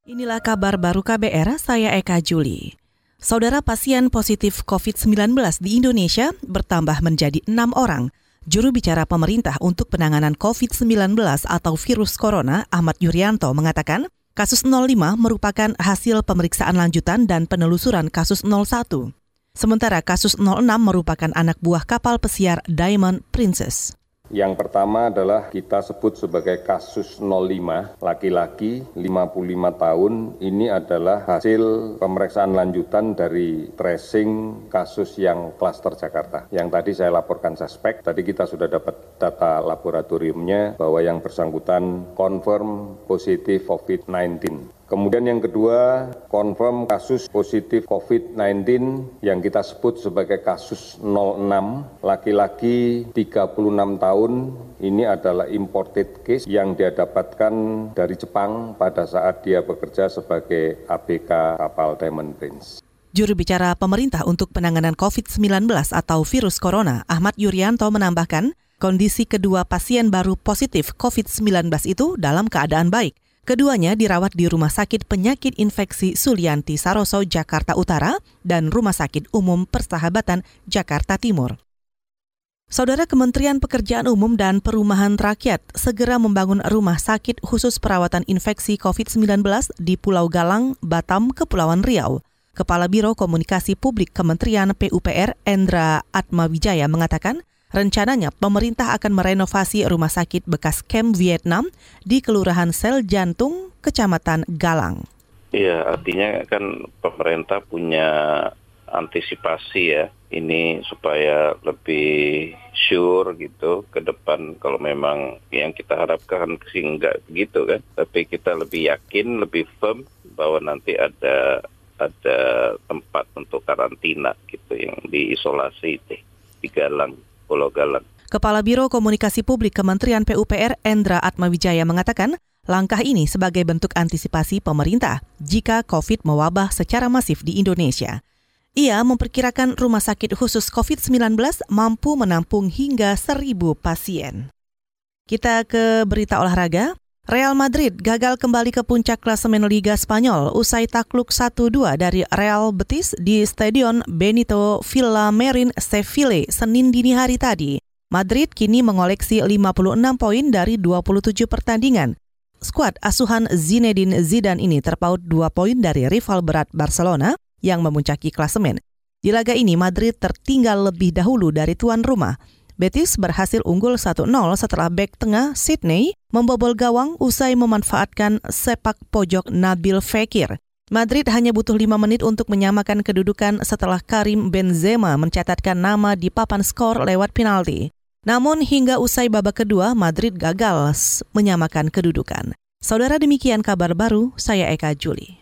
Inilah kabar baru KBR, saya Eka Juli. Saudara, pasien positif COVID-19 di Indonesia bertambah menjadi 6 orang. Juru bicara pemerintah untuk penanganan COVID-19 atau virus corona, Ahmad Yuryanto, mengatakan kasus 05 merupakan hasil pemeriksaan lanjutan dan penelusuran kasus 01. Sementara kasus 06 merupakan anak buah kapal pesiar Diamond Princess. Yang pertama adalah kita sebut sebagai kasus 05, laki-laki 55 tahun. Ini adalah hasil pemeriksaan lanjutan dari tracing kasus yang klaster Jakarta. Yang tadi saya laporkan suspek, tadi kita sudah dapat data laboratoriumnya bahwa yang bersangkutan confirm positif COVID-19. Kemudian yang kedua, confirm kasus positif COVID-19 yang kita sebut sebagai kasus 06, laki-laki 36 tahun, ini adalah imported case yang dia dapatkan dari Jepang pada saat dia bekerja sebagai ABK kapal Diamond Prince. Juru bicara pemerintah untuk penanganan COVID-19 atau virus corona, Ahmad Yuryanto, menambahkan kondisi kedua pasien baru positif COVID-19 itu dalam keadaan baik. Keduanya dirawat di Rumah Sakit Penyakit Infeksi Sulianti Saroso, Jakarta Utara, dan Rumah Sakit Umum Persahabatan, Jakarta Timur. Saudara, Kementerian Pekerjaan Umum dan Perumahan Rakyat segera membangun rumah sakit khusus perawatan infeksi COVID-19 di Pulau Galang, Batam, Kepulauan Riau. Kepala Biro Komunikasi Publik Kementerian PUPR, Endra Atmawijaya, mengatakan rencananya pemerintah akan merenovasi rumah sakit bekas kamp Vietnam di Kelurahan Sel Jantung, Kecamatan Galang. Iya, artinya kan pemerintah punya antisipasi ya, ini supaya lebih sure gitu ke depan. Kalau memang yang kita harapkan sih enggak begitu kan, tapi kita lebih yakin, lebih firm bahwa nanti ada tempat untuk karantina gitu yang diisolasi di Galang. Pulau Galang. Kepala Biro Komunikasi Publik Kementerian PUPR, Endra Atmawijaya, mengatakan langkah ini sebagai bentuk antisipasi pemerintah jika COVID mewabah secara masif di Indonesia. Ia memperkirakan rumah sakit khusus COVID-19 mampu menampung hingga 1.000 pasien. Kita ke berita olahraga. Real Madrid gagal kembali ke puncak klasemen Liga Spanyol usai takluk 1-2 dari Real Betis di Stadion Benito Villamarín, Sevilla, Senin dini hari tadi. Madrid kini mengoleksi 56 poin dari 27 pertandingan. Skuad asuhan Zinedine Zidane ini terpaut 2 poin dari rival berat Barcelona yang memuncaki klasemen. Di laga ini Madrid tertinggal lebih dahulu dari tuan rumah. Betis berhasil unggul 1-0 setelah bek tengah Sydney membobol gawang usai memanfaatkan sepak pojok Nabil Fekir. Madrid hanya butuh 5 menit untuk menyamakan kedudukan setelah Karim Benzema mencatatkan nama di papan skor lewat penalti. Namun hingga usai babak kedua, Madrid gagal menyamakan kedudukan. Saudara, demikian kabar baru, saya Eka Juli.